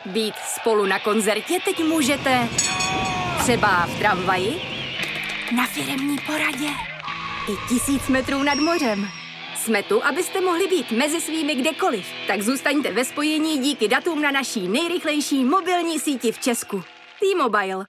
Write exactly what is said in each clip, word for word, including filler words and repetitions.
Být spolu na koncertě teď můžete třeba v tramvaji, na firemní poradě i tisíc metrů nad mořem. Jsme tu, abyste mohli být mezi svými kdekoliv. Tak zůstaňte ve spojení díky datům na naší nejrychlejší mobilní síti v Česku. T-Mobile.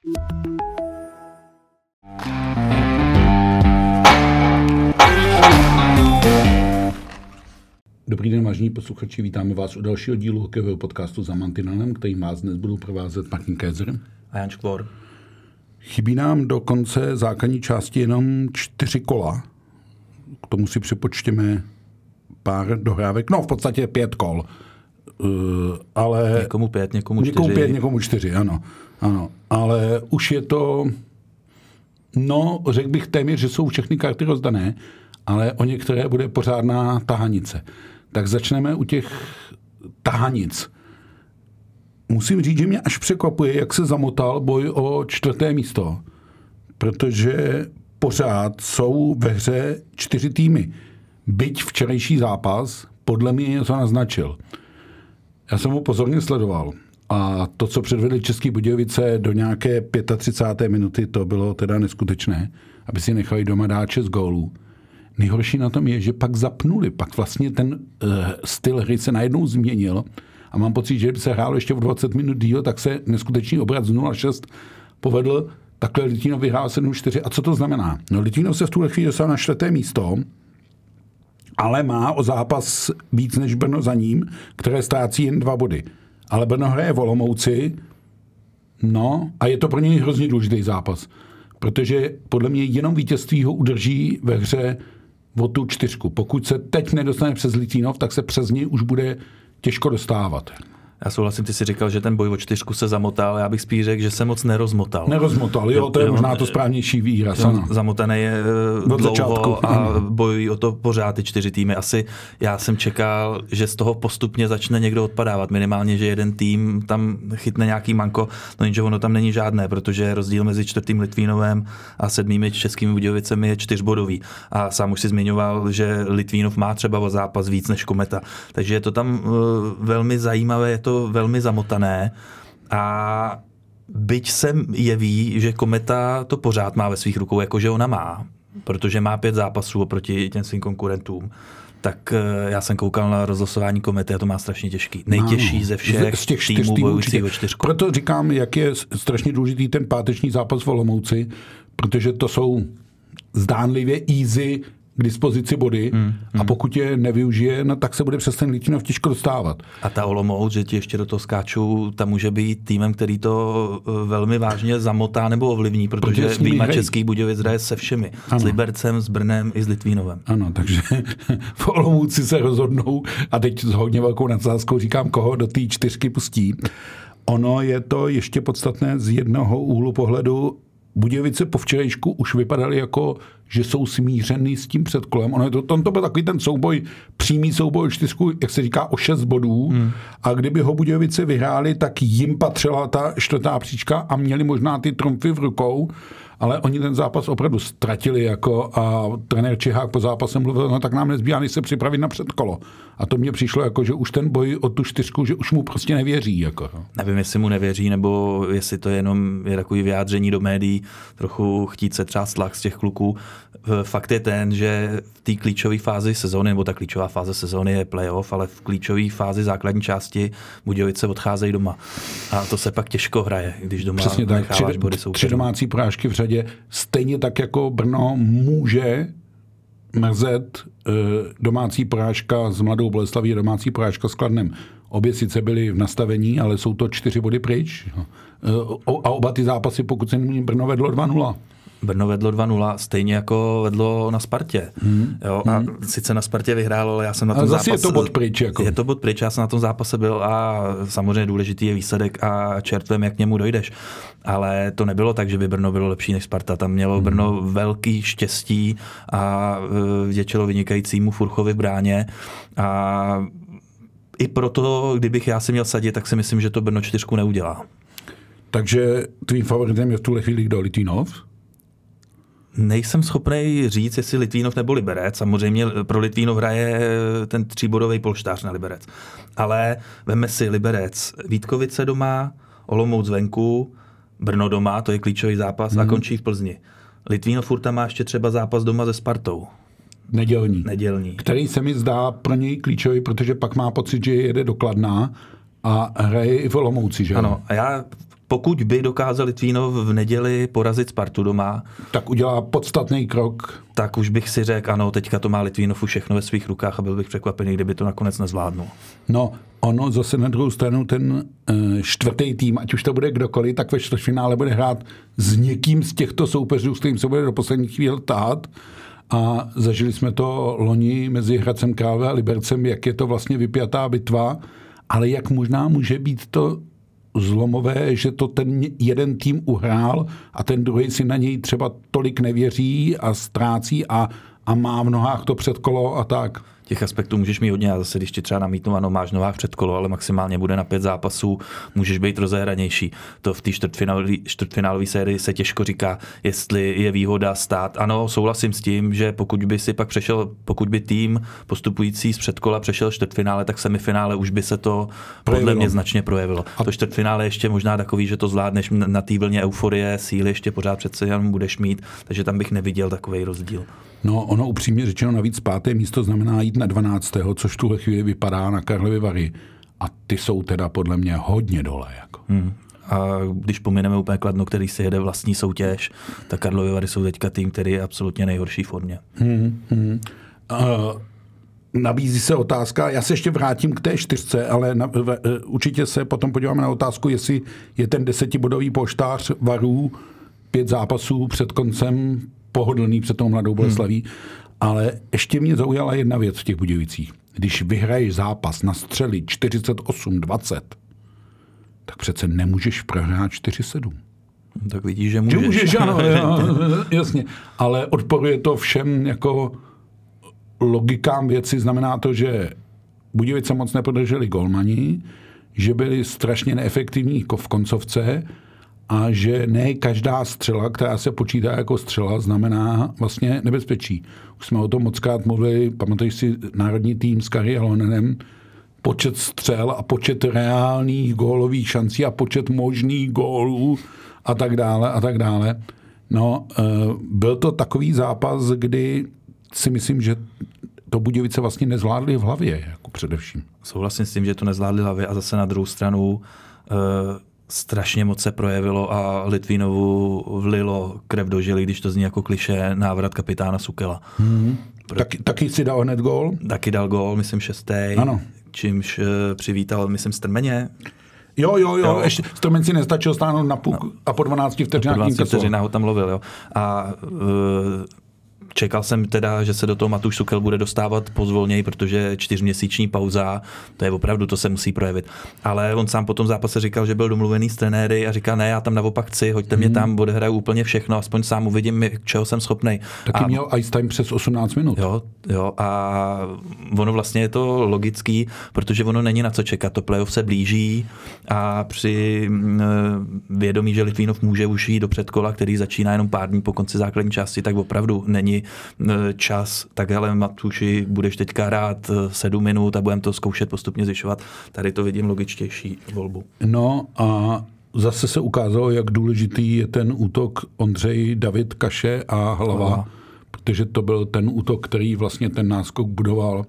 Dobrý den, vážení posluchači, vítáme vás u dalšího dílu hokejového podcastu Za mantinelem, který vás dnes budou provázet Martin Kézer a Jan Škvor. Chybí nám do konce základní části jenom čtyři kola. K tomu si připočtěme pár dohrávek, no v podstatě pět kol. Uh, ale někomu pět, někomu čtyři. Někomu pět, někomu čtyři, ano. ano. Ale už je to, no řekl bych téměř, že jsou všechny karty rozdané, ale o některé bude pořádná tahanice. Tak začneme u těch tahanic. Musím říct, že mě až překvapuje, jak se zamotal boj o čtvrté místo, protože pořád jsou ve hře čtyři týmy. Byť včerejší zápas podle mě něco naznačil. Já jsem ho pozorně sledoval a to, co předvedli Český Budějovice do nějaké třicáté páté minuty, to bylo teda neskutečné, aby si nechali doma dát šest gólů. Nejhorší na tom je, že pak zapnuli, pak vlastně ten uh, styl hry se najednou změnil a mám pocit, že kdyby se hrálo ještě o dvacet minut díl, tak se neskutečný obrat z nula šest povedl. Takhle Litvínov vyhrál sedm čtyři. A co to znamená? No Litvínov se v tuhle chvíli dostal na čtvrté místo, ale má o zápas víc než Brno za ním, které ztrácí jen dva body. Ale Brno hraje v Olomouci, no a je to pro něj hrozně důležitý zápas, protože podle mě jenom vítězství ho udrží ve hře o tu čtyřku. Pokud se teď nedostane přes Litvínov, tak se přes něj už bude těžko dostávat. Já souhlasím, ty si říkal, že ten boj o čtyřku se zamotal, já bych spíš řekl, že se moc nerozmotal. Nerozmotal, jo, to je jo, možná to správnější výraz. Zamotaný je od dlouho začátku, a ano. Bojují o to pořád ty čtyři týmy. Asi já jsem čekal, že z toho postupně začne někdo odpadávat. Minimálně, že jeden tým tam chytne nějaký manko, no jenže ono tam není žádné, protože rozdíl mezi čtvrtým Litvínovem a sedmými Českými Budějovicemi je čtyřbodový. A sám už si zmiňoval, že Litvínov má třeba o zápas víc než Kometa. Takže je to tam uh, velmi zajímavé, je to velmi zamotané a byť se jeví, že Kometa to pořád má ve svých rukou, jakože ona má, protože má pět zápasů oproti těm svým konkurentům, tak já jsem koukal na rozlosování Komety a to má strašně těžký. Nejtěžší no, ze všech z těch týmů bojujících o čtyřku. Proto říkám, jak je strašně důležitý ten páteční zápas v Olomouci, protože to jsou zdánlivě easy k dispozici body hmm, hmm. a pokud je nevyužije, no, tak se bude přes ten Litvínov těžko dostávat. A ta Olomouc, že ti ještě do toho skáču, tam může být týmem, který to velmi vážně zamotá nebo ovlivní, protože výjima Český Budějovic hraje se všemi. Ano. S Libercem, s Brnem i s Litvínova. Ano, takže v Olomouci se rozhodnou a teď s hodně velkou nadsázkou říkám, koho do té čtyřky pustí. Ono je to ještě podstatné z jednoho úhlu pohledu. Budějovice po včerejšku už vypadaly jako, že jsou smířený s tím předkolem. Ono je to, to, to byl takový ten souboj, přímý souboj o čtyřku, jak se říká, o šest bodů. Hmm. A kdyby ho Budějovice vyhráli, tak jim patřila ta čtvrtá příčka a měli možná ty trumfy v rukou, ale oni ten zápas opravdu ztratili jako a trenér Čihák po zápase mluvil, no tak nám nezbývá, než se připravit na předkolo. A to mně přišlo jako, že už ten boj o tu čtyřku, že už mu prostě nevěří. Jako. Nevím, jestli mu nevěří, nebo jestli to jenom je takový vyjádření do médií, trochu chtít se třást tlak z těch kluků. Fakt je ten, že v té klíčové fázi sezóny, nebo ta klíčová fáze sezóny je playoff, ale v klíčové fázi základní části Budějovice odcházejí doma. A to se pak těžko hraje, když doma přesně tak, necháváš tři, body soupeřů. Tři domácí porážky v řadě, stejně tak jako Brno může mrzet e, domácí porážka s Mladou Boleslaví a domácí porážka s Kladnem. Obě sice byly v nastavení, ale jsou to čtyři body pryč. E, a oba ty zápasy, pokud se nemýlím, Brno vedlo dva nula. Brno vedlo dva nula, stejně jako vedlo na Spartě. Hmm. Jo, a hmm. sice na Spartě vyhrálo, ale já jsem na tom zápase... je to bod pryč. Jako. Je to bod pryč, já jsem na tom zápase byl a samozřejmě důležitý je výsledek a čertvem, jak k němu dojdeš. Ale to nebylo tak, že by Brno bylo lepší než Sparta. Tam mělo hmm. Brno velký štěstí a vděčilo vynikajícímu Furchovi v bráně. A i proto, kdybych já si měl sadit, tak si myslím, že to Brno čtyřku neudělá. Takže tvým favoritem je v tuhle chvíli kdo, Litvínov? Nejsem schopný říct, jestli Litvínov nebo Liberec. Samozřejmě pro Litvínov hraje ten tříbodový polštář na Liberec. Ale veme si Liberec, Vítkovice doma, Olomouc venku, Brno doma, to je klíčový zápas, hmm. a končí v Plzni. Litvínov furt tam má ještě třeba zápas doma se Spartou. Nedělní. Nedělní. Který se mi zdá pro něj klíčový, protože pak má pocit, že jede do Kladna a hraje i v Olomouci, že? Ano, a já, pokud by dokázal Litvínov v neděli porazit Spartu doma, tak udělá podstatný krok. Tak už bych si řekl, ano, teďka to má Litvínov už všechno ve svých rukách a byl bych překvapený, kdyby to nakonec nezvládnul. No, ono zase na druhou stranu ten uh, čtvrtý tým, ať už to bude kdokoliv, tak ve čtvrtfinále bude hrát s někým z těchto soupeřů, s kterým se bude do posledních chvíl tát. A zažili jsme to loni mezi Hradcem Králové a Libercem, jak je to vlastně vypjatá bitva, ale jak možná může být to zlomové, že to ten jeden tým uhrál a ten druhý si na něj třeba tolik nevěří a ztrácí a, a má v nohách to předkolo a tak. Těch aspektů můžeš mít hodně, a zase když ti třeba namítnu, ano, máš nohách předkolo, ale maximálně bude na pět zápasů, můžeš být rozehranější. To v té čtvrtfinálové sérii se těžko říká, jestli je výhoda stát. Ano, souhlasím s tím, že pokud by si pak přešel, pokud by tým postupující z předkola přešel čtvrtfinále, tak semifinále už by se to projevilo. Podle mě značně projevilo. A to čtvrtfinále ještě možná takový, že to zvládneš na té vlně euforie, síly ještě pořád přece jenom budeš mít, takže tam bych neviděl takový rozdíl. No, ono upřímně řečeno navíc páté místo znamená jít na dvanáctého, což v tuhle chvíli vypadá na Karlovy Vary. A ty jsou teda podle mě hodně dole. Jako. Hmm. A když pomineme úplně Kladno, který si jede vlastní soutěž, tak Karlovy Vary jsou teďka tým, který je absolutně nejhorší formě. Hmm, hmm. Uh, nabízí se otázka, já se ještě vrátím k té čtyřce, ale na, v, určitě se potom podíváme na otázku, jestli je ten desetibodový poštář Varů pět zápasů před koncem pohodlný před tou Mladou Boleslaví, hmm. ale ještě mě zaujala jedna věc v těch Budějovicích. Když vyhraješ zápas na střely čtyřicet osm dvacet, tak přece nemůžeš prohrát čtyři sedm. Tak vidíš, že můžeš. Že můžeš, ano, jasně. Ale odporuje to všem jako logikám věci. Znamená to, že Budějovice moc nepodrželi golmani, že byli strašně neefektivní v koncovce a že ne každá střela, která se počítá jako střela, znamená vlastně nebezpečí. Už jsme o tom mockrát mluvili, pamatuješ si národní tým s Kari Halonenem, počet střel a počet reálných gólových šancí a počet možných gólů a tak dále a tak dále. No, byl to takový zápas, kdy si myslím, že to Budějovice vlastně nezvládli v hlavě, jako především. Souhlasím s tím, že to nezvládli v hlavě a zase na druhou stranu uh... strašně moc se projevilo a Litvínovu vlilo krev do žily, když to zní jako klišé, návrat kapitána Sukela. Hmm. Pro... Taky, taky si dal hned gól? Taky dal gól, myslím šestý. Ano. Čímž uh, přivítal, myslím, Strmeně. Jo, jo, jo, jo. Ještě Strmen si nestačil stáhnout na puk no. a po dvanácti vteřinách. Po dvanácti vteřinách ho tam lovil, jo. A uh, čekal jsem teda, že se do toho Matuš Sukel bude dostávat pozvolněji, protože čtyřměsíční pauza, to je opravdu, to se musí projevit. Ale on sám po tom zápase říkal, že byl domluvený s trenéry a říká, ne, já tam naopak chci, hoďte mě tam, odehraju úplně všechno, aspoň sám uvidím, čeho jsem schopnej. Taky a, měl ice time přes osmnáct minut. Jo, jo, a ono vlastně je to logický, protože ono není na co čekat, to playoff se blíží a při vědomí, že Litvínov může už jít do předkola, který začíná jenom pár dní po konci základní části, tak opravdu není čas, tak hele Matuši, budeš teďka hrát sedm minut a budeme to zkoušet postupně zvyšovat. Tady to vidím logičtější volbu. No a zase se ukázalo, jak důležitý je ten útok Ondřej, David, Kaše a Hlava, Aha. protože to byl ten útok, který vlastně ten náskok budoval.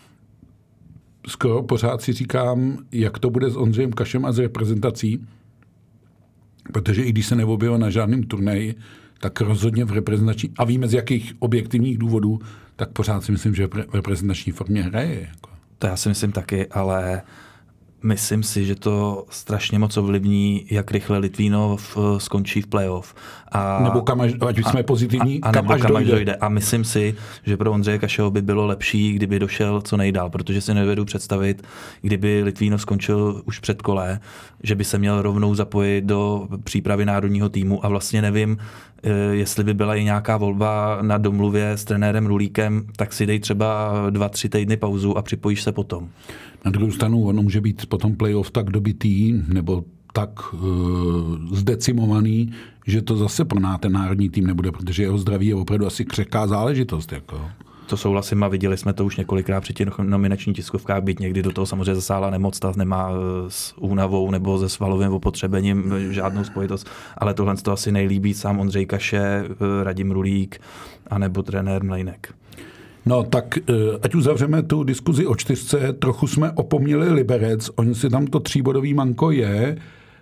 Skoro pořád si říkám, jak to bude s Ondřejem Kašem a s reprezentací, protože i když se neobjevil na žádném turnaji, tak rozhodně v reprezentační, a víme z jakých objektivních důvodů, tak pořád si myslím, že v reprezentační formě hraje. Jako. To já si myslím taky, ale myslím si, že to strašně moc ovlivní, jak rychle Litvínov skončí v playoff. A, nebo kam až, ať jsme pozitivní, a, a kam, nebo až, kam dojde. až dojde. A myslím si, že pro Ondřeje Kašeho by bylo lepší, kdyby došel co nejdál, protože si nedovedu představit, kdyby Litvínov skončil už před kole, že by se měl rovnou zapojit do přípravy národního týmu a vlastně nevím, jestli by byla i nějaká volba na domluvě s trenérem Rulíkem, tak si dej třeba dva, tři týdny pauzu a připojíš se potom. Na druhou stranu, ono může být potom playoff tak dobitý, nebo tak uh, zdecimovaný, že to zase pro nás ten národní tým nebude, protože jeho zdraví je opravdu asi křehká záležitost. Jako. To souhlasím a viděli jsme to už několikrát při těch nominačních tiskovkách, byť někdy do toho samozřejmě zasáhla nemoc, ta nemá s únavou nebo se svalovým opotřebením žádnou spojitost, ale tohle to asi nejlíbí sám Ondřej Kaše, Radim Rulík anebo trenér Mlejnek. No tak ať uzavřeme tu diskuzi o čtyřce, trochu jsme opomněli Liberec, oni si tam to tříbodový manko je.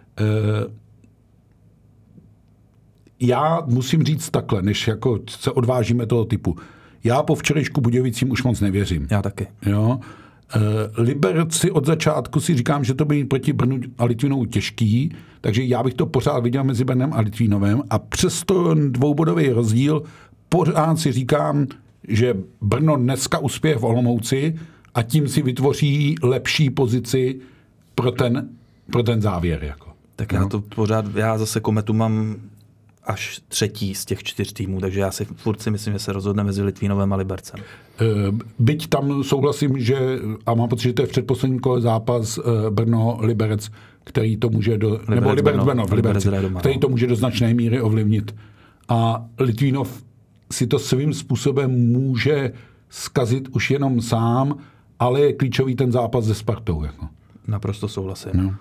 Já musím říct takhle, než jako se odvážíme toho typu. Já po včerejšku Budějovicím už moc nevěřím. Já taky. Jo. Liberec si od začátku si říkám, že to bude proti Brnu a Litvínovu těžký, takže já bych to pořád viděl mezi Brnem a Litvínovem a přesto dvoubodový rozdíl pořád si říkám, že Brno dneska uspěje v Olomouci a tím si vytvoří lepší pozici pro ten, pro ten závěr. Jako. Tak já to pořád, já zase Kometu mám až třetí z těch čtyř týmů, takže já si furt si myslím, že se rozhodne mezi Litvínovem a Libercem. Byť tam souhlasím, že, a mám pocit, že to je v předposledním kole zápas Brno-Liberec, který to může do, Liberec, nebo Liberec Brno, v Liberci, Liberec doma, který to může do značné míry ovlivnit. A Litvínov si to svým způsobem může zkazit už jenom sám, ale je klíčový ten zápas se Spartou. Jako. Naprosto souhlasím. No.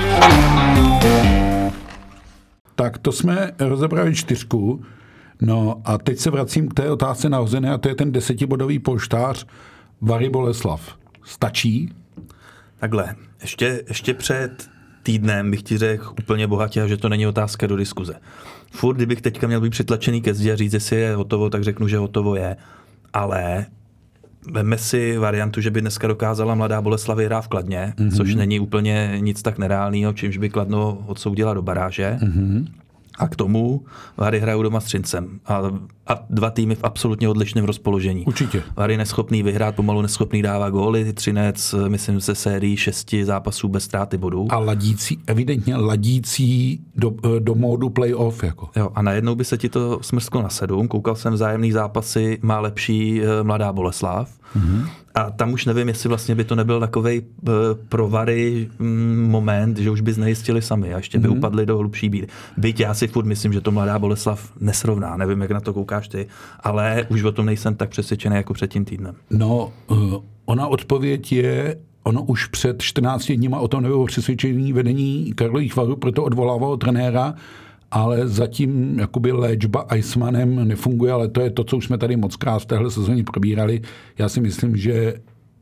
Tak to jsme rozebrali čtyřku. No a teď se vracím k té otázce nahozené a to je ten desetibodový polštář Vary Boleslav. Stačí? Takhle, ještě, ještě před týdnem bych ti řekl úplně bohatě, že to není otázka do diskuze. Furt, kdybych teďka měl být přitlačený ke zdi a říct, jestli je hotovo, tak řeknu, že hotovo je. Ale veme si variantu, že by dneska dokázala mladá Boleslav vyhrát v Kladně, mm-hmm. což není úplně nic tak nereálného, čímž by Kladno odsoudila do baráže. Mm-hmm. A k tomu Vary hrajou doma s Třincem. A, a dva týmy v absolutně odlišném rozpoložení. Určitě. Vary neschopný vyhrát, pomalu neschopný dává góly. Třinec, myslím, se sérii šesti zápasů bez ztráty bodů. A ladící, evidentně ladící do, do módu playoff. Jako. Jo, a najednou by se ti to smrsklo na sedm. Koukal jsem vzájemný zápasy, má lepší mladá Boleslav. Mm-hmm. A tam už nevím, jestli vlastně by to nebyl takovej uh, pro Vary mm, moment, že už by znejistili sami a ještě by mm-hmm. upadli do hlubší bídy. Byť já si furt myslím, že to mladá Boleslav nesrovná. Nevím, jak na to koukáš ty, ale už o tom nejsem tak přesvědčený jako před tím týdnem. No, uh, ona odpověď je, ono už před čtrnácti dníma o tom nebylo přesvědčení vedení Karlových Varů, proto odvolávalo trenéra, ale zatím jakoby léčba Eismanem nefunguje, ale to je to, co už jsme tady mockrát v téhle sezóně probírali. Já si myslím, že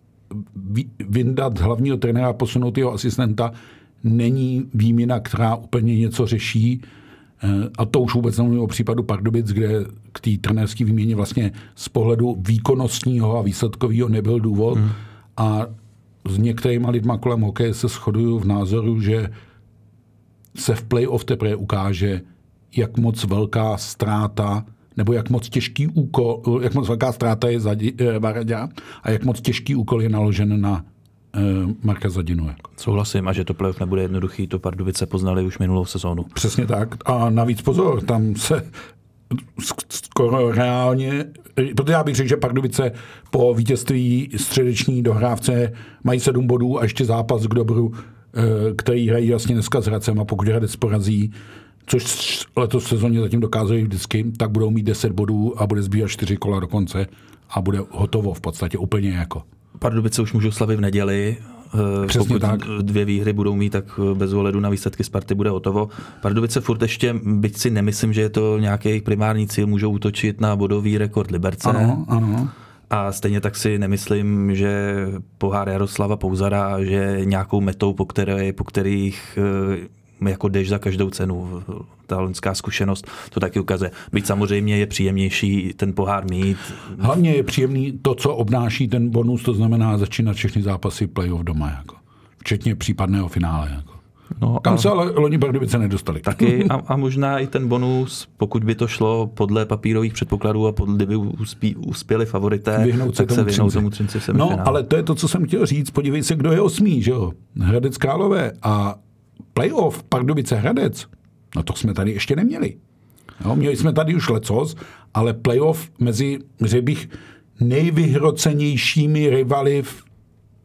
vyndat hlavního trenéra a posunout jeho asistenta není výměna, která úplně něco řeší. A to už vůbec nemluvím o případu Pardubic, kde k té trenérské výměně vlastně z pohledu výkonnostního a výsledkového nebyl důvod. Hmm. A s některýma lidma kolem hokeje se shoduju v názoru, že se v playoff teprve ukáže, jak moc velká ztráta, nebo jak moc těžký úkol, jak moc velká ztráta je Varaďa a jak moc těžký úkol je naložen na eh, Marka Zadinu. Jako. Souhlasím a že to playoff nebude jednoduchý, to Pardubice poznali už minulou sezónu. Přesně tak. A navíc pozor, tam se skoro reálně, protože já bych řekl, že Pardubice po vítězství středeční dohrávce mají sedm bodů a ještě zápas k dobru, který hrají vlastně dneska s Hradcem a pokud Hradec porazí, což letos v sezóně zatím dokázali vždycky, tak budou mít deset bodů a bude zbývat čtyři kola do konce a bude hotovo v podstatě úplně jako. Pardubice už můžou slavit v neděli. Přesně pokud tak. Dvě výhry budou mít, tak bez ohledu na výsledky Sparty bude hotovo. Pardubice furt ještě, byť si nemyslím, že je to nějaký primární cíl, můžou útočit na bodový rekord Liberce. Ano, ano. A stejně tak si nemyslím, že pohár Jaroslava Pouzara, že nějakou metou, po, které, po kterých jako jdeš za každou cenu. Ta loňská zkušenost to taky ukazuje. Byť samozřejmě je příjemnější ten pohár mít. Hlavně je příjemný to, co obnáší ten bonus, to znamená začínat všechny zápasy playoff doma. Jako. Včetně případného finále. Jako. No, kam a... se ale loni Pardubice nedostali. Taky a, a možná i ten bonus, pokud by to šlo podle papírových předpokladů a podle, kdyby uspí, uspěli favorité, vyhnout se tak tomu se vyhnou tomu Třinci v semifinále. No, ale to je to, co jsem chtěl říct. Podívej se, kdo je osmý, že jo? Hradec Králové a playoff Pardubice Hradec, no to jsme tady ještě neměli. Jo, měli jsme tady už lecos, ale playoff mezi, řekl bych, nejvyhrocenějšími rivaly v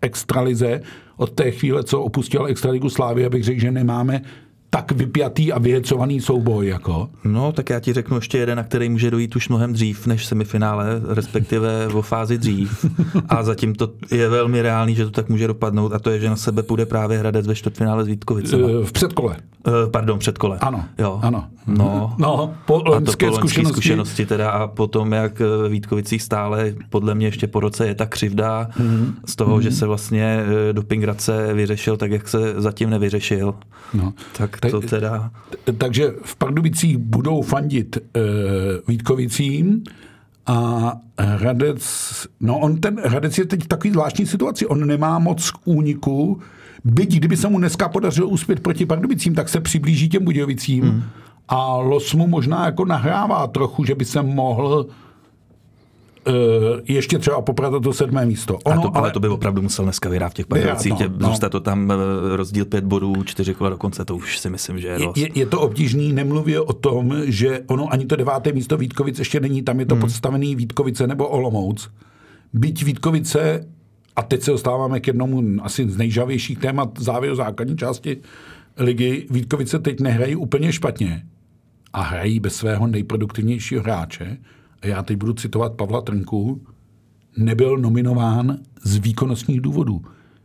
extralize od té chvíle, co opustil extraligu Slávy, abych řekl, že nemáme tak vypjatý a vyhecovaný souboj, jako. No, tak já ti řeknu ještě jeden, na který může dojít už mnohem dřív než semifinále, respektive o fázi dřív. A zatím to je velmi reálný, že to tak může dopadnout, a to je, že na sebe půjde právě Hradec ve čtvrtfinále s Vítkovicemi. V předkole. Pardon, předkole. Ano, jo. ano. No, no po loňské zkušenosti. zkušenosti teda a potom, jak v Vítkovicích stále, podle mě ještě po roce je ta křivda mm-hmm. z toho, mm-hmm. že se vlastně doping Hradce vyřešil tak, jak se zatím nevyřešil. No. Tak to teda... Takže v Pardubicích budou fandit uh, Vítkovicím a Hradec, no on ten Hradec je teď v takový zvláštní situaci, on nemá moc k úniku, byť kdyby se mu dneska podařilo uspět proti Pardubicím, tak se přiblíží těm Budějovicím hmm. a los mu možná jako nahrává trochu, že by se mohl Uh, ještě třeba poprat to sedmé místo. Ono, to, ale, ale to by opravdu musel dneska vyhrát v těch Pardubicích. No, Zůstat no. to tam rozdíl pět bodů, čtyři kola do konce, to už si myslím, že je dost. Je, je to obtížný, nemluvě o tom, že ono ani to deváté místo Vítkovic ještě není, tam je to hmm. podstavený Vítkovice nebo Olomouc. Byť Vítkovice, a teď se dostáváme k jednomu asi z nejžavějších témat závěru základní části ligy, Vítkovice teď nehrají úplně špatně a hrají bez svého nejproduktivnějšího hráče. A já teď budu citovat Pavla Trnku, nebyl nominován z výkonnostních důvodů.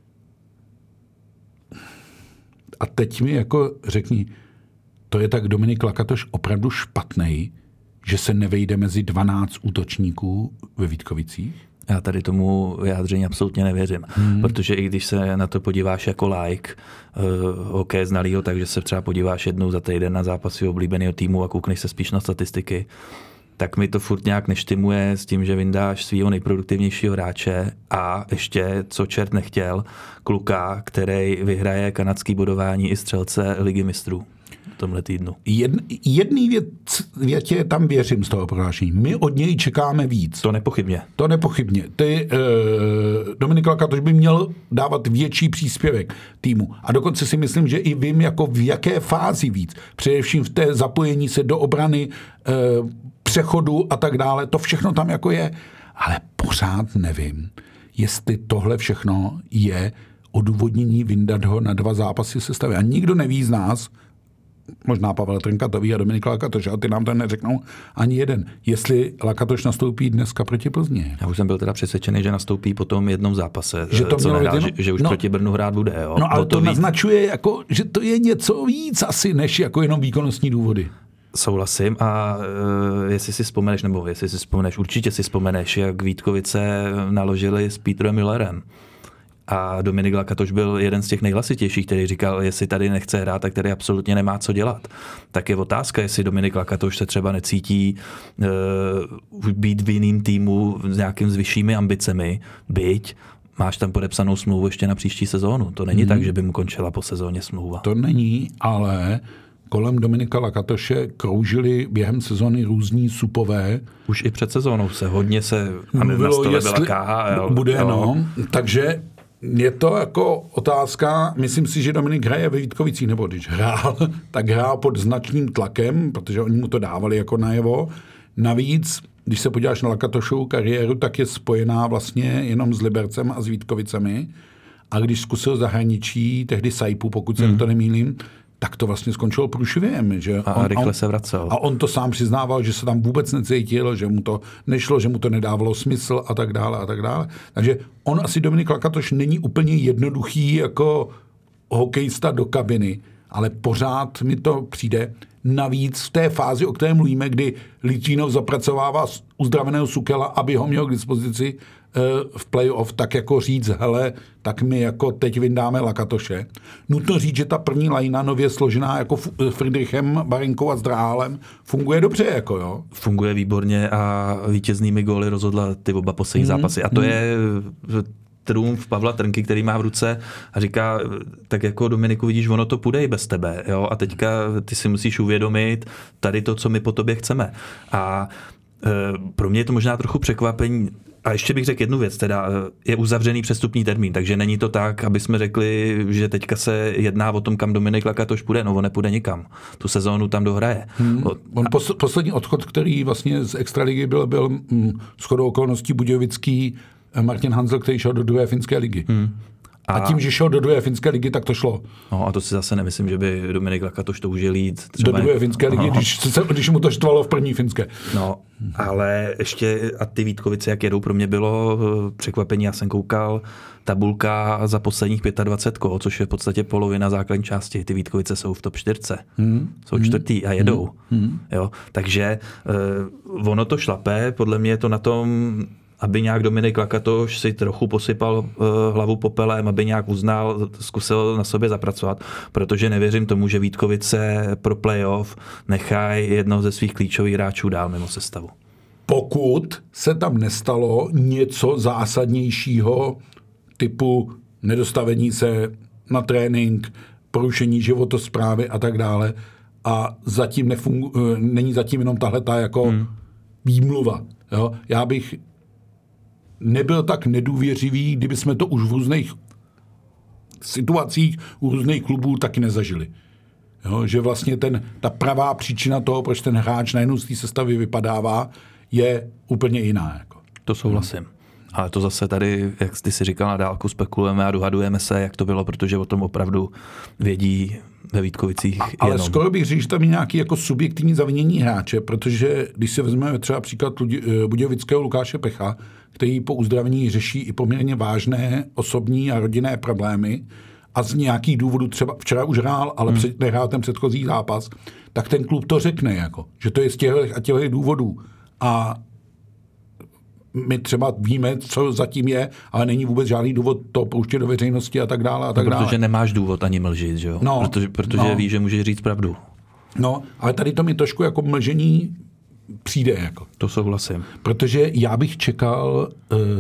A teď mi jako řekni, to je tak Dominik Lakatoš opravdu špatnej, že se nevejde mezi dvanáct útočníků ve Vítkovicích? Já tady tomu vyjádření absolutně nevěřím, hmm. protože i když se na to podíváš jako like, uh, hokej znalýho, takže se třeba podíváš jednou za týden na zápasy oblíbeného týmu a koukneš se spíš na statistiky, tak mi to furt nějak neštimuje s tím, že vyndáš svýho nejproduktivnějšího hráče a ještě, co čert nechtěl, kluka, který vyhraje kanadský bodování i střelce Ligy mistrů v tomhle týdnu. Jedn, jedný věc, větě tam věřím z toho prohlášení. My od něj čekáme víc. To nepochybně. To nepochybně. Ty, eh, Dominik Lakatoš by měl dávat větší příspěvek týmu. A dokonce si myslím, že i vím, jako v jaké fázi víc. Především v té zapojení se do obrany, eh, přechodu a tak dále. To všechno tam jako je. Ale pořád nevím, jestli tohle všechno je odůvodnění vyndat ho na dva zápasy sestavy. A nikdo neví z nás, možná Pavel Trnka to ví a Dominik Lakatoš, ale ty nám to neřeknou ani jeden. Jestli Lakatoš nastoupí dneska proti Plzni. Já už jsem byl teda přesvědčený, že nastoupí po tom jednom zápase, že, to co nehrál, že, že už no, proti Brnu hrát bude. Jo? No ale to, to naznačuje, jako, že to je něco víc asi, než jako jenom výkonnostní důvody. Souhlasím a uh, jestli si vzpomeneš, nebo jestli si vzpomeneš, určitě si vzpomeneš, jak Vítkovice naložili s Petrem Millerem. A Dominik Lakatoš byl jeden z těch nejhlasitějších, který říkal, jestli tady nechce hrát, tak tady absolutně nemá co dělat. Tak je otázka, jestli Dominik Lakatoš se třeba necítí uh, být v jiným týmu s nějakým s vyššími ambicemi, byť máš tam podepsanou smlouvu ještě na příští sezónu. To není hmm. tak, že by mu končila po sezóně smlouva. To není, ale kolem Dominika Lakatoše kroužili během sezóny různí supové. Už i před sezónou se hodně se a na stole byla K H L. Bude, jo. no. Takže je to jako otázka, myslím si, že Dominik hraje ve Vítkovicích, nebo když hrál, tak hrál pod značným tlakem, protože oni mu to dávali jako najevo. Navíc, když se podíváš na Lakatošovu kariéru, tak je spojená vlastně jenom s Libercem a s Vítkovicemi. A když zkusil zahraničí, tehdy Saipu, pokud se mm. to nemýlím, tak to vlastně skončilo průšvihem. Že a on, rychle on, se vracel. A on to sám přiznával, že se tam vůbec necítil, že mu to nešlo, že mu to nedávalo smysl a tak dále a tak dále. Takže on asi Dominik Lakatoš není úplně jednoduchý jako hokejista do kabiny, ale pořád mi to přijde. Navíc v té fázi, o které mluvíme, kdy Litvínov zapracovává uzdraveného Sukela, aby ho měl k dispozici v playoff, tak jako říct, hele, tak my jako teď vyndáme Lakatoše. Nutno říct, že ta první lajna nově složená jako Friedrichem, Barinkou a Zdrálem funguje dobře, jako jo. Funguje výborně a vítěznými góly rozhodla ty oba poslední mm, zápasy. A to mm. je trumf Pavla Trnky, který má v ruce a říká, tak jako Dominiku, vidíš, ono to půjde i bez tebe, jo, a teďka ty si musíš uvědomit tady to, co my po tobě chceme. A e, pro mě je to možná trochu překvapení. A ještě bych řekl jednu věc, teda je uzavřený přestupní termín, takže není to tak, aby jsme řekli, že teďka se jedná o tom, kam Dominik Lakatoš půjde, no on nepůjde nikam. Tu sezónu tam dohraje. Hmm. On pos, poslední odchod, který vlastně z extraligy byl, byl hm, shodou okolností Budějovický Martin Hanzel, který šel do druhé finské ligy. Hmm. A, a tím, že šel do druhé finské ligy, tak to šlo. No a to si zase nemyslím, že by Dominik Lakatoš toužil jít. Do druhé jak... finské ligy, no. když, když mu to štvalo v první finské. No, ale ještě a ty Vítkovice, jak jedou, pro mě bylo překvapení. Já jsem koukal, tabulka za posledních dvacet pět kol, což je v podstatě polovina základní části. Ty Vítkovice jsou v top čtyřce. Hmm. Jsou čtvrtý a jedou. Hmm. Jo, takže uh, ono to šlape, podle mě je to na tom, aby nějak Dominik Lakatoš si trochu posypal uh, hlavu popelem, aby nějak uznal, zkusil na sobě zapracovat, protože nevěřím tomu, že Vítkovice pro playoff nechají jednoho ze svých klíčových hráčů dál mimo sestavu. Pokud se tam nestalo něco zásadnějšího typu nedostavení se na trénink, porušení životosprávy a tak dále a zatím nefungu, není zatím jenom tahle ta jako hmm. výmluva. Jo? Já bych nebyl tak nedůvěřivý, kdyby jsme to už v různých situacích u různých klubů taky nezažili. Jo, že vlastně ten, ta pravá příčina toho, proč ten hráč najednou z té sestavy vypadává, je úplně jiná. Jako. To souhlasím. Ale to zase tady, jak ty si říkal, na dálku spekulujeme a dohadujeme se, jak to bylo, protože o tom opravdu vědí ve Vítkovicích Ale jenom. skoro bych říct, že tam je nějaký jako subjektivní zavinění hráče, protože když si vezmeme třeba příklad budějovického Lukáše Pecha, který po uzdravení řeší i poměrně vážné osobní a rodinné problémy a z nějakých důvodů třeba včera už hrál, ale hmm. před, nehrál ten předchozí zápas, tak ten klub to řekne, jako, že to je z těch a těch důvodů. A my třeba víme, co zatím je, ale není vůbec žádný důvod to pouštět do veřejnosti a tak dále. A tak no, protože dále. nemáš důvod ani mlžit, že jo? No, protože protože no. víš, že můžeš říct pravdu. No, ale tady to mi trošku jako mlžení přijde. Jako. To souhlasím. Protože já bych čekal,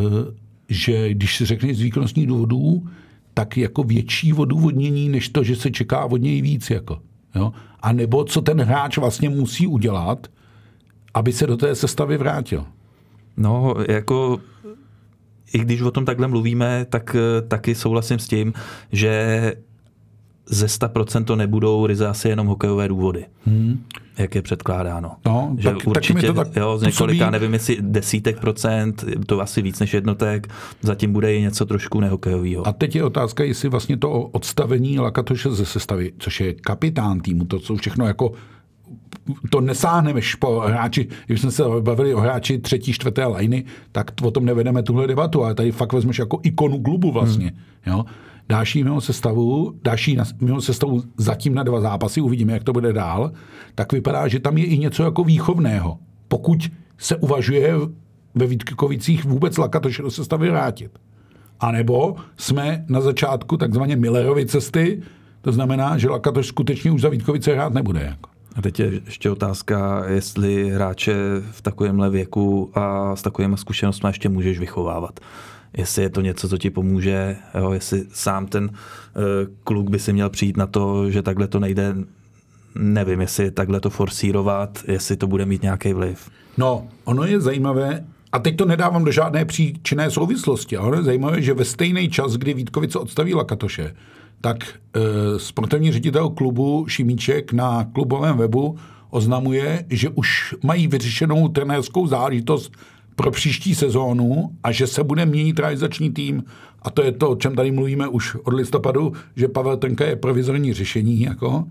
že když si řekneš z výkonnostních důvodů, tak jako větší odůvodnění, než to, že se čeká od něj víc. Jako. Jo? A nebo co ten hráč vlastně musí udělat, aby se do té sestavy vrátil. No, jako i když o tom takhle mluvíme, tak taky souhlasím s tím, že ze sto procent to nebudou ryze asi jenom hokejové důvody. Hmm. Jak je předkládáno. No, že tak, určitě, to tak jo, z několika, působí... nevím jestli desítek procent, to asi víc než jednotek, zatím bude i něco trošku nehokejového. A teď je otázka, jestli vlastně to odstavení Lakatoše ze sestavy, což je kapitán týmu, to jsou všechno jako to nesáhneme po hráči, když jsme se bavili o hráči třetí, čtvrté lajny, tak o tom nevedeme tuhle debatu, ale tady fakt vezmeš jako ikonu klubu vlastně. Hmm. Jo? Dáš jí mimo sestavu, dáš jí mimo sestavu zatím na dva zápasy, uvidíme, jak to bude dál, tak vypadá, že tam je i něco jako výchovného. Pokud se uvažuje ve Vítkovicích vůbec Lakatoše do sestavy vrátit. A nebo jsme na začátku takzvaně Millerovy cesty, to znamená, že Lakatoš skutečně už za Vítkovice hrát nebude. Jako. A teď je ještě otázka, jestli hráče v takovémhle věku a s takovými zkušenostmi ještě můžeš vychovávat. Jestli je to něco, co ti pomůže, jo, jestli sám ten uh, kluk by si měl přijít na to, že takhle to nejde, nevím, jestli takhle to forsírovat, jestli to bude mít nějaký vliv. No, ono je zajímavé, a teď to nedávám do žádné příčinné souvislosti, ale ono je zajímavé, že ve stejný čas, kdy Vítkovice odstaví Lakatoše, tak e, sportovní ředitel klubu Šimíček na klubovém webu oznamuje, že už mají vyřešenou trenérskou záležitost pro příští sezónu a že se bude měnit realizační tým. A to je to, o čem tady mluvíme už od listopadu, že Pavel Trnka je provizorní řešení. Jako.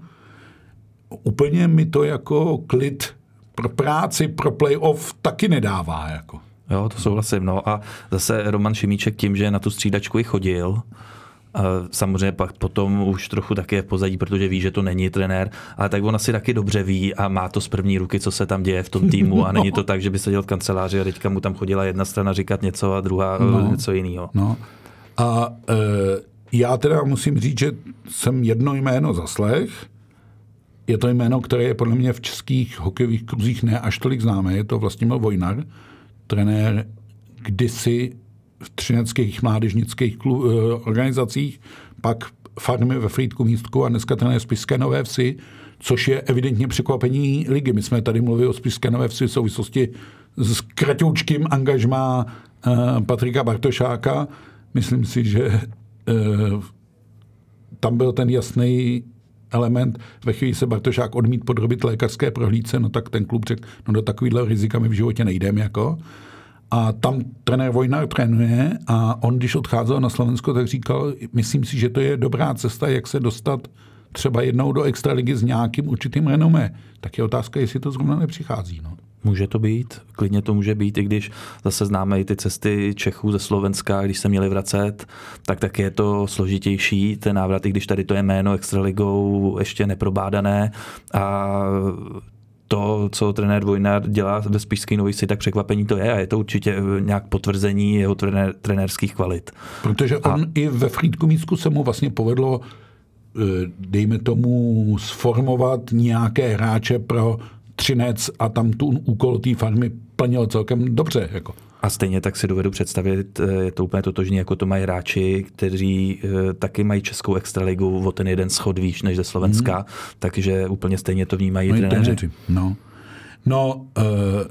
Úplně mi to jako klid pro práci, pro playoff taky nedává. Jako. Jo, to souhlasím. No a zase Roman Šimíček tím, že na tu střídačku i chodil, samozřejmě pak potom už trochu taky je v pozadí, protože ví, že to není trenér, ale tak on asi taky dobře ví a má to z první ruky, co se tam děje v tom týmu a není to tak, že by seděl v kanceláři a teďka mu tam chodila jedna strana říkat něco a druhá no, něco jiného. No. A e, já teda musím říct, že jsem jedno jméno zaslech. Je to jméno, které je podle mě v českých hokejových kruzích ne až tolik známé. Je to Vlastimil Vojnar, trenér kdysi v třineckých mládežnických klu, organizacích, pak farmy ve Frýdku Místku a dneska trenér Spišské Nové Vsi, což je evidentně překvapení ligy. My jsme tady mluvili o Spišské Nové Vsi v souvislosti s kratoučkým angažmá uh, Patrika Bartošáka. Myslím si, že uh, tam byl ten jasný element, ve chvíli se Bartošák odmít podrobit lékařské prohlídce, no tak ten klub řekl, no do takovýhle rizika my v životě nejdeme jako. A tam trenér Vojnar trénuje a on, když odcházel na Slovensko, tak říkal, myslím si, že to je dobrá cesta, jak se dostat třeba jednou do extraligy s nějakým určitým renomé. Tak je otázka, jestli to zrovna nepřichází. No. Může to být, klidně to může být, i když zase známe i ty cesty Čechů ze Slovenska, když se měli vracet, tak taky je to složitější, ten návrat, i když tady to je jméno extraligou ještě neprobádané a to, co trenér Vojnar dělá ve Spišské Novici, tak překvapení to je a je to určitě nějak potvrzení jeho trenér, trenérských kvalit. Protože on a... i ve Frýdku Místku se mu vlastně povedlo, dejme tomu, sformovat nějaké hráče pro Třinec a tam tu úkol té farmy plnil celkem dobře. Jako. A stejně tak si dovedu představit, je to úplně totožný, jako to mají hráči, kteří taky mají českou extraligu o ten jeden schod výš než ze Slovenska, hmm. takže úplně stejně to vnímají no trenéři. No, no uh,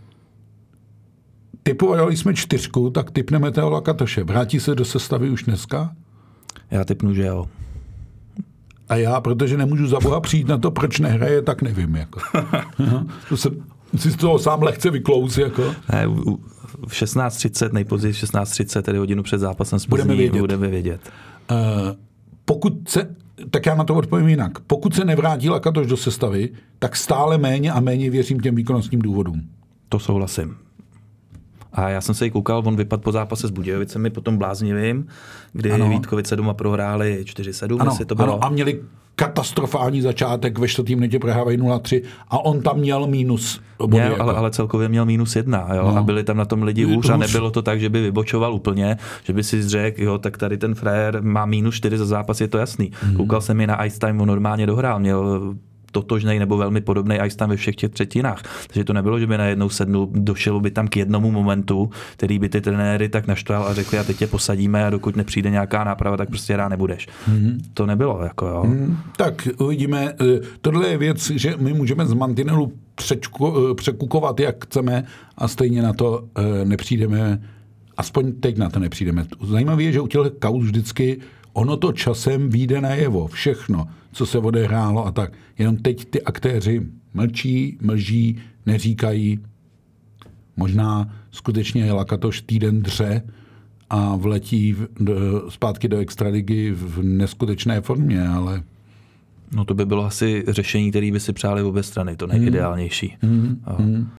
typovali jsme čtyřku, tak typneme Teo Lakatoše. Vrátí se do sestavy už dneska? Já typnu, že jo. A já, protože nemůžu za boha přijít na to, proč nehraje, tak nevím. Jako. To jsem si z toho sám lehce vyklous. Jako. Ne, v šestnáct třicet, nejpozději v šestnáct třicet, tedy hodinu před zápasem s Plzní, budeme vědět. Budeme vědět. Uh, pokud se, tak já na to odpovím jinak. Pokud se nevrátí Lakatoš do sestavy, tak stále méně a méně věřím těm výkonnostním důvodům. To souhlasím. A já jsem se i koukal, on vypadl po zápase s Budějovicemi, potom bláznivým, kdy ano. Vítkovice doma prohráli čtyři sedm, jestli to bylo. Ano, a měli katastrofální začátek, ve čtvrtém minutě prohrávají nula tři a on tam měl mínus. Měl, jako. ale, ale celkově měl mínus jedna, jo? No. A byli tam na tom lidi už a nebylo to tak, že by vybočoval úplně, že by si řekl, jo, tak tady ten frajer má mínus čtyři za zápas, je to jasný. Hmm. Koukal jsem mi na Ice Time, on normálně dohrál, měl totožnej nebo velmi podobný ice tam ve všech těch třetinách. Takže to nebylo, že by najednou sednul, došel by tam k jednomu momentu, který by ty trenéry tak naštval a řekli, a teď tě posadíme a dokud nepřijde nějaká náprava, tak prostě hrát nebudeš. Mm-hmm. To nebylo. Jako, jo. Mm, tak uvidíme. Tohle je věc, že my můžeme z mantinelu přečku, překukovat, jak chceme a stejně na to nepřijdeme, aspoň teď na to nepřijdeme. Zajímavé je, že u těch kauz vždycky ono to časem vyjde najevo, všechno, co se odehrálo a tak. Jenom teď ty aktéři mlčí, mlží, neříkají. Možná skutečně Lakatoš týden dře a vletí v, do, zpátky do extraligy v neskutečné formě, ale... No to by bylo asi řešení, které by si přáli obě strany, to nejideálnější. Hmm. Hmm.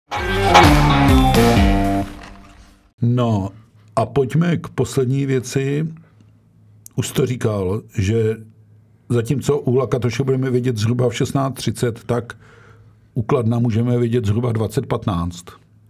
No a pojďme k poslední věci. Už to říkal, že zatímco u Lakatoše budeme vidět zhruba v šestnáct třicet, tak u Kladna můžeme vidět zhruba dvacet patnáct.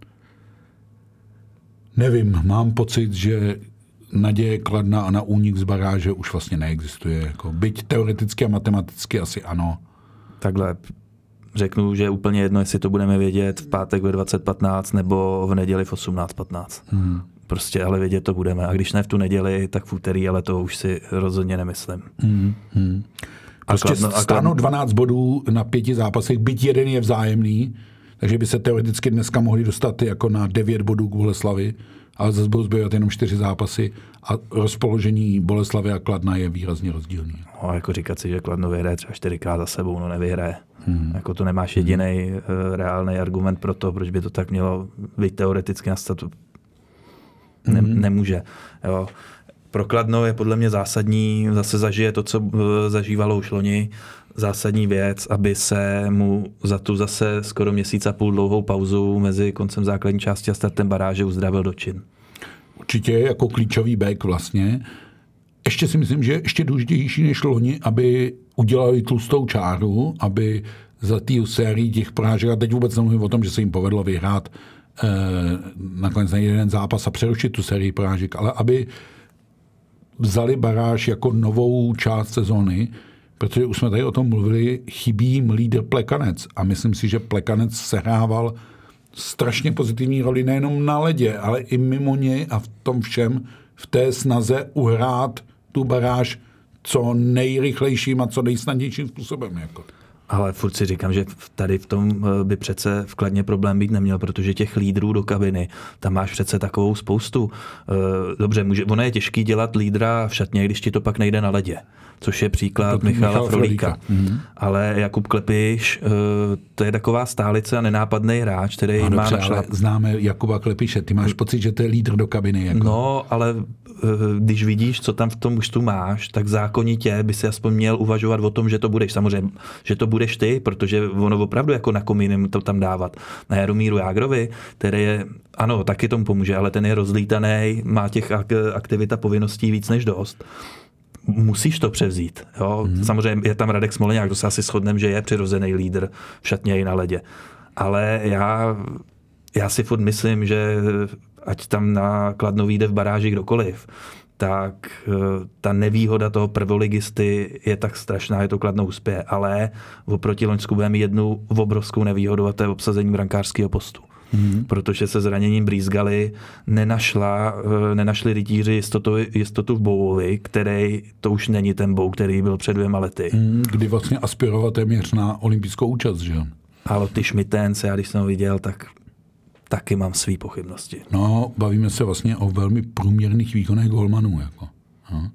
Nevím, mám pocit, že naděje Kladna a na únik z baráže už vlastně neexistuje. Jako byť teoreticky a matematicky asi ano. Takhle řeknu, že je úplně jedno, jestli to budeme vědět v pátek ve dvacet patnáct nebo v neděli v osmnáct patnáct. Hmm. Prostě ale vědět to budeme. A když ne v tu neděli, tak v úterý, ale to už si rozhodně nemyslím. Hmm. Hmm. Prostě kladno, stáhnou dvanáct bodů na pěti zápasech, byť jeden je vzájemný, takže by se teoreticky dneska mohli dostat jako na devět bodů k Boleslavi, ale zase budou zbývat jenom čtyři zápasy a rozpoložení Boleslavy a Kladna je výrazně rozdílný. No, jako říkat si, že Kladno vyhraje třeba čtyřikrát za sebou, no nevyhraje. Hmm. Jako to nemáš jediný hmm. uh, reálný argument pro to, proč by to tak mělo být teoreticky nastat. Ne, hmm. Nemůže. Jo. Pro Kladno je podle mě zásadní, zase zažije to, co uh, zažívalo už loni, zásadní věc, aby se mu za tu zase skoro měsíc a půl dlouhou pauzu mezi koncem základní části a startem baráže uzdravil dočin. Určitě jako klíčový back vlastně. Ještě si myslím, že ještě důležitější než loni, aby udělali tlustou čáru, aby za tý sérii těch porážek, a teď vůbec nemluvím o tom, že se jim povedlo vyhrát eh, nakonec na jeden zápas a přerušit tu sérii porážek, ale aby vzali baráž jako novou část sezóny, protože už jsme tady o tom mluvili, chybí jim lídr Plekanec a myslím si, že Plekanec sehrával strašně pozitivní roli nejenom na ledě, ale i mimo něj a v tom všem v té snaze uhrát tu baráž co nejrychlejším a co nejsnadnějším způsobem. Jako. Ale furt si říkám, že tady v tom by přece v Kladně problém být neměl, protože těch lídrů do kabiny, tam máš přece takovou spoustu. Dobře, může, ono je těžký dělat lídra v šatně, když ti to pak nejde na ledě. Což je příklad Michala Michal Frolíka. Mm-hmm. Ale Jakub Klepiš, to je taková stálice a nenápadný hráč, který ano, má dobře, našla... ale známe Jakuba Klepiše. Ty máš pocit, že to je lídr do kabiny? Jako... No, ale když vidíš, co tam v tom mužstvu máš, tak zákonitě by si aspoň měl uvažovat o tom, že to budeš. Samozřejmě, že to budeš ty, protože ono opravdu jako na komínem to tam dávat. Na Jaromíru Jágrovi, který je, ano, taky tomu pomůže, ale ten je rozlítaný, má těch aktivit a povinností víc než dost. Musíš to převzít. Jo? Mm. Samozřejmě je tam Radek Smoleňák, to se asi shodneme, že je přirozený lídr v šatně i na ledě. Ale já, já si furt myslím, že ať tam na Kladno vyjde v baráži kdokoliv, tak ta nevýhoda toho prvoligisty je tak strašná, je to Kladno uspěje. Ale oproti Loňsku budeme jednu obrovskou nevýhodu a to je obsazení brankářského postu. Hmm. Protože se zraněním brýzgali, nenašla, nenašli rytíři jistotu, jistotu v Bouvovi, který to už není ten Bou, který byl před dvěma lety. Hmm, kdy vlastně aspiroval téměř na olympijskou účast, že jo? Ale ty Schmittens, já když jsem ho viděl, tak taky mám svý pochybnosti. No, bavíme se vlastně o velmi průměrných výkonech golmanů. Jako. No.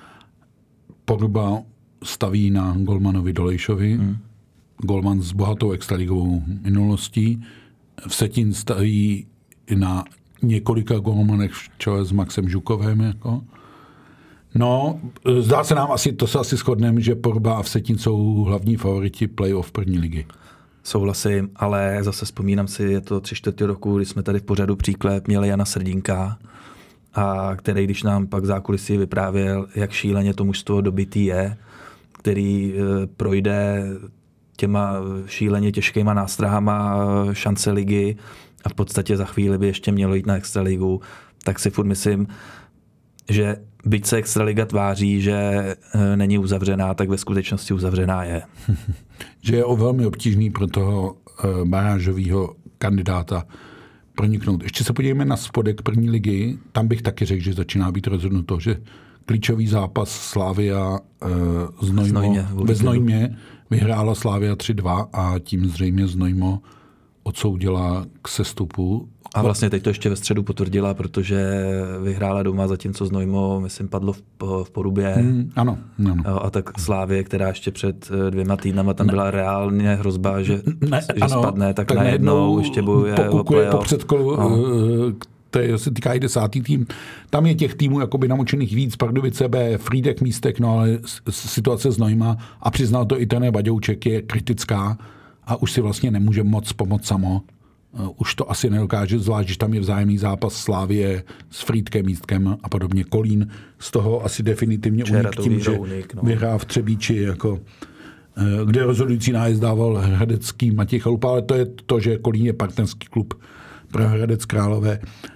Podoba staví na golmanovi Dolejšovi, hmm. golman s bohatou extraligovou minulostí, Vsetín staví na několika golmanech v čele s Maxem Žukovem. Jako. No, zdá se nám asi, to se asi shodneme, že Porba a Vsetín jsou hlavní favoriti playoff první ligy. Souhlasím, ale zase vzpomínám si, je to tři čtvrtě roku, kdy jsme tady v pořadu Příklep měli Jana Srdínka, a který, když nám pak zákulisí vyprávěl, jak šíleně to mužstvo dobytý je, který e, projde těma šíleně těžkýma nástrahama šance ligy a v podstatě za chvíli by ještě mělo jít na extraligu, tak si furt myslím, že byť se extraliga tváří, že není uzavřená, tak ve skutečnosti uzavřená je. Že je o velmi obtížný pro toho barážového kandidáta proniknout. Ještě se podívejme na spodek první ligy. Tam bych taky řekl, že začíná být rozhodnuto, že klíčový zápas Slavia uh, Znojmo ve Znojmě vyhrála Slavia tři dva a tím zřejmě Znojmo odsoudila k sestupu. A vlastně teď to ještě ve středu potvrdila, protože vyhrála doma, zatímco Znojmo, myslím, padlo v, v Porubě. Mm, ano, ano. A tak Slávie, která ještě před dvěma týdnama tam ne. byla reálně hrozba, že, ne, že ano, spadne, tak, tak najednou ještě bojuje o playoff. Po předkolu, no. které se týká i desátý tým. Tam je těch týmů jakoby namočených víc, Pardubice B, Frýdek, Místek, no ale situace Znojma, a přiznal to i trenér Baďouček, je kritická a už si vlastně nemůže moc pomoct samo. Už to asi nedokáže, zvlášť, že tam je vzájemný zápas Slávie s Frýdkem, Místkem a podobně. Kolín z toho asi definitivně unik tím, že unik, no. vyhrá v Třebíči, jako, kde rozhodující nájezd dával hradecký Matěj Chalupa, ale to je to, že Kolín je partnerský klub pro Hradec Králové.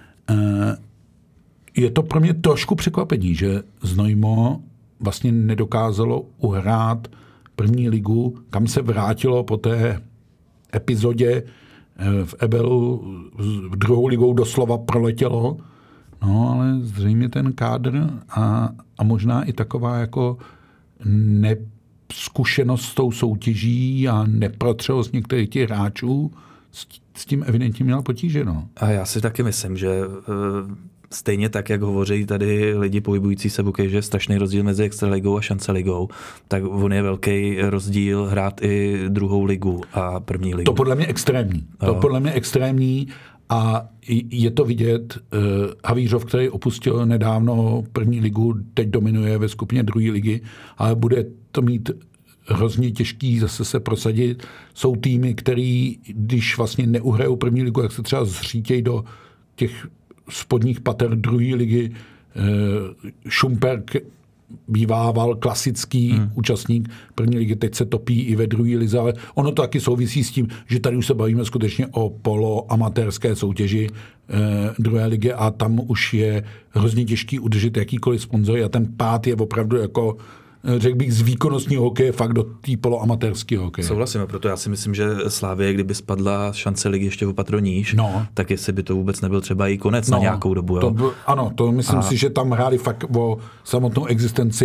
Je to pro mě trošku překvapení, že Znojmo vlastně nedokázalo uhrát první ligu, kam se vrátilo po té epizodě v Ebelu, v druhou ligou doslova proletělo. No, ale zřejmě ten kádr a, a možná i taková jako neskušenost s tou soutěží a neprotřelost některých těch hráčů s, s tím evidentně měla potíže. No. A já si taky myslím, že stejně tak, jak hovoří tady lidi pohybující se bokej, že je strašný rozdíl mezi extraligou a šanceligou, tak on je velký rozdíl hrát i druhou ligu a první ligu. To podle mě extrémní. To no. podle mě extrémní a je to vidět. Havířov, který opustil nedávno první ligu, teď dominuje ve skupině druhé ligy, ale bude to mít hrozně těžký zase se prosadit. Jsou týmy, který, když vlastně neuhrajou první ligu, jak se třeba zřítějí do těch spodních pater druhé ligy. Šumperk bývával klasický hmm. účastník první ligy, teď se topí i ve druhé lize, ale ono to taky souvisí s tím, že tady už se bavíme skutečně o poloamatérské soutěži eh, druhé ligy a tam už je hrozně těžký udržet jakýkoliv sponzory a ten pád je opravdu jako řekl bych z výkonnostního hokeje fakt do té poloamatérského hokeje. Souhlasím, proto já si myslím, že Slavie, kdyby spadla šance ligy ještě o patro níž, no. tak jestli by to vůbec nebyl třeba i konec no, na nějakou dobu. Jo? To byl, ano, to myslím a... si, že tam hráli fakt o samotnou existenci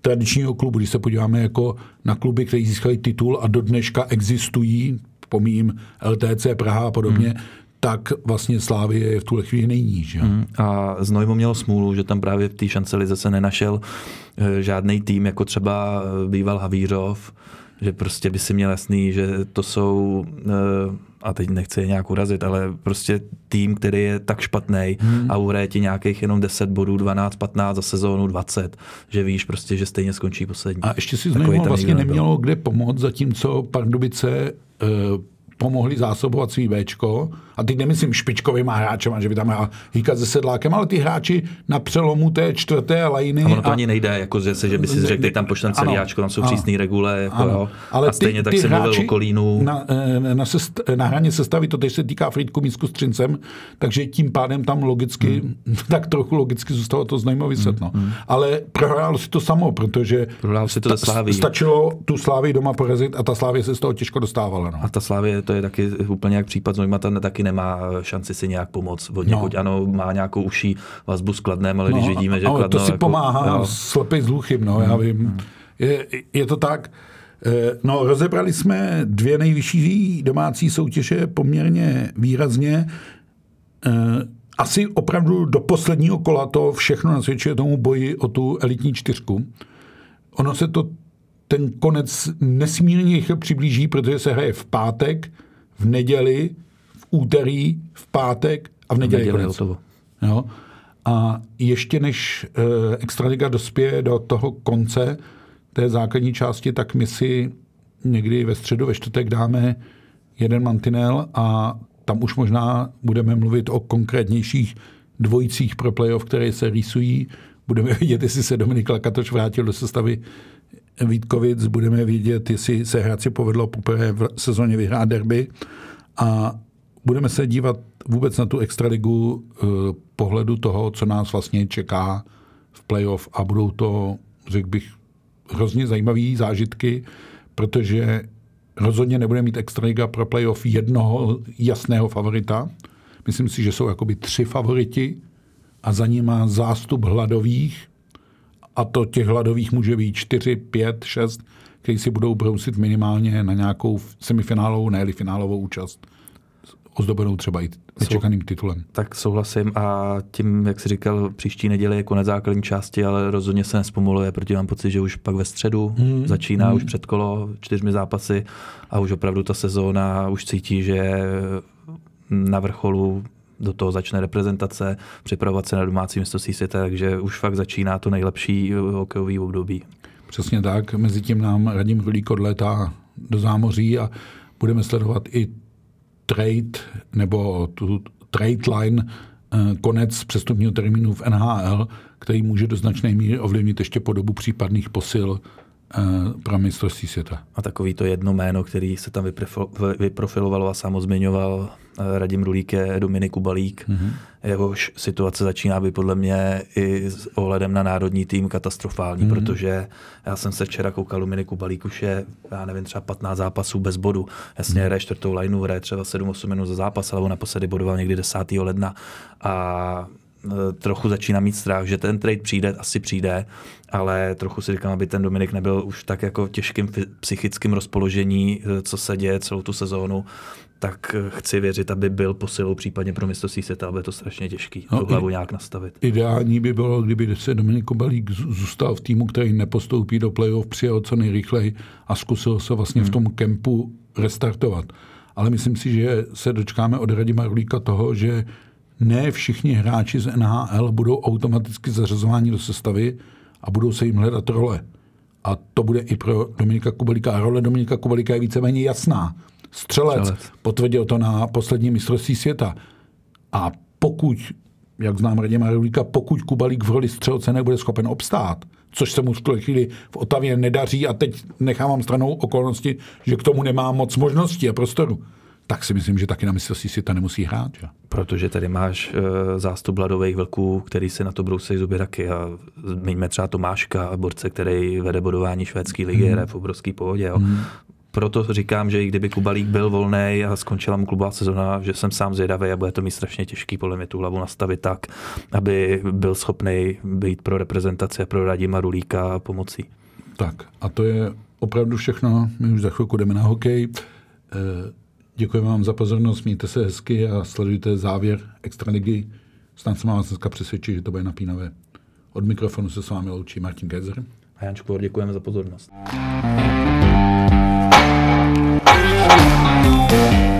tradičního klubu, když se podíváme jako na kluby, které získali titul a do dneška existují, pomíjím L T C Praha a podobně, hmm. tak vlastně Slavie je v tuhle chvíli nejníž. Hmm. A Znojmo mělo smůlu, že tam právě v té šancelize se nenašel žádný tým, jako třeba býval Havířov, že prostě by si měl jasný, že to jsou, a teď nechci je nějak urazit, ale prostě tým, který je tak špatný hmm. a uhraje ti nějakých jenom deset bodů, dvanáct, patnáct za sezónu, dvacet, že víš prostě, že stejně skončí poslední. A ještě si Znojmo vlastně nemělo kde pomoct, zatímco Pardubice uh, pomohli zásobovat svý Bčko. A teď nemyslím špičkovýma hráčema, že by tam hýkat se Sedlákem, ale ty hráči na přelomu té čtvrté lajny. A ono to a... ani nejde, jako že, se, že by si řekl, teď tam pošlem celý Ačko, tam jsou přísný regule. Jako, jo. Ale a stejně ty, tak ty si mluvil o Kolínu. Na, na, sest, na hraně sestavy, to teď se týká Frýdku Mínsku s Třincem, takže tím pádem tam logicky, hmm. tak trochu logicky zůstalo to Znojmo vyset. Hmm. No. Ale prohrálo si to samo, protože si to sta, stačilo tu Slávii doma porazit a ta Slávie se z toho těžko dostávala. No. A ta Slávie, to je taky úplně jak případ Znojma, ta taky nemá šanci si nějak pomoct. Od někud, no. Ano, má nějakou uší vazbu s Kladnem, ale no, když vidíme, že ale Kladno... to si jako, pomáhá jo. slepej s hluchým, no, hmm. já vím. Hmm. Je, je to tak. No, rozebrali jsme dvě nejvyšší domácí soutěže poměrně výrazně. Asi opravdu do posledního kola to všechno nasvědčuje tomu boji o tu elitní čtyřku. Ono se to, ten konec nesmírně rychle přiblíží, protože se hraje v pátek, v neděli, v úterý, v pátek a v neděli. neděli hotovo. Jo? A ještě než e, Extraliga dospěje do toho konce té základní části, tak my si někdy ve středu, ve čtvrtek dáme jeden mantinel a tam už možná budeme mluvit o konkrétnějších dvojicích pro playoff, které se rýsují. Budeme vidět, jestli se Dominik Lakatoš vrátil do sestavy Vítkovic, budeme vidět, jestli se Hradci povedlo poprvé v sezóně vyhrát derby a budeme se dívat vůbec na tu extraligu uh, pohledu toho, co nás vlastně čeká v playoff a budou to, řekl bych, hrozně zajímavé zážitky, protože rozhodně nebude mít extraliga pro playoff jednoho jasného favorita. Myslím si, že jsou jakoby tři favoriti a za nima zástup hladových a to těch hladových může být čtyři, pět, šest, kteří si budou brousit minimálně na nějakou semifinálovou, ne-li finálovou účast. Ozdobenou třeba i nečekaným titulem. Tak souhlasím a tím, jak jsi říkal, příští neděli je konec základní části, ale rozhodně se nespomaluje, protože mám pocit, že už pak ve středu hmm. začíná hmm. už předkolo čtyřmi zápasy a už opravdu ta sezóna už cítí, že na vrcholu do toho začne reprezentace, připravovat se na domácí mistrovství světa, takže už fakt začíná to nejlepší hokejový období. Přesně tak, mezi tím nám Radim Rulík odlétá do zámoří a budeme sledovat i trade nebo tu trade line konec přestupního termínu v N H L, který může do značné míry ovlivnit ještě podobu případných posil pro mistrovství světa. A takový to jedno jméno, který se tam vyprofilovalo a sám zmiňoval Radim Rulík, je Dominik Kubalík. Mm-hmm. Jehož situace začíná být podle mě i s ohledem na národní tým katastrofální, mm-hmm. protože já jsem se včera koukal, Dominik Kubalík už je, já nevím, třeba patnáct zápasů bez bodu. Jasně, mm-hmm. hraje čtvrtou lineu, hraje třeba sedm osm minut za zápas, ale on naposledy bodoval někdy desátého ledna a trochu začíná mít strach, že ten trade přijde, asi přijde, ale trochu si říkám, aby ten Dominik nebyl už tak jako v těžkém psychickém rozpoložení, co se děje celou tu sezónu, tak chci věřit, aby byl posilou případně pro mistrovství světa, ale je to strašně těžký, no, tu hlavu nějak nastavit. Ideální by bylo, kdyby se Dominik Kubalík zůstal v týmu, který nepostoupí do playoff, přijel co nejrychleji a zkusil se vlastně hmm. v tom kempu restartovat. Ale myslím si, že se dočkáme od Radima Rulíka toho, že ne všichni hráči z N H L budou automaticky zařazováni do sestavy a budou se jim hledat role. A to bude i pro Dominika Kubalíka. A role Dominika Kubalíka je víceméně jasná. Střelec, Střelec. Potvrdil to na poslední mistrovství světa. A pokud, jak znám Radima Rulíka, pokud Kubalík v roli střelce nebude schopen obstát, což se mu v tuhle chvíli v Otavě nedaří a teď nechávám stranou okolnosti, že k tomu nemá moc možností a prostoru, tak si myslím, že taky na mistrovství světa nemusí hrát. Že? Protože tady máš e, zástup hladových vlků, který si na to brousejí zuby taky. A zmiňme třeba Tomáška, borce, který vede bodování švédské ligy, hraje v obrovský pohodě. Jo. Hmm. proto říkám, že i kdyby Kubalík byl volnej a skončila mu klubová sezona, že jsem sám zvědavý a bude to mít strašně těžký podle mě tu hlavu nastavit tak, aby byl schopný být pro reprezentaci a pro Radima Rulíka pomocí. Tak a to je opravdu všechno. My už za chvilku jdeme na hokej. Děkuji vám za pozornost, mějte se hezky a sledujte závěr Extraligy. Snad jsem vás dneska přesvědčit, že to bude napínavé. Od mikrofonu se s vámi loučí Martin Kézer. A Jan Škvor, děkujeme za pozornost.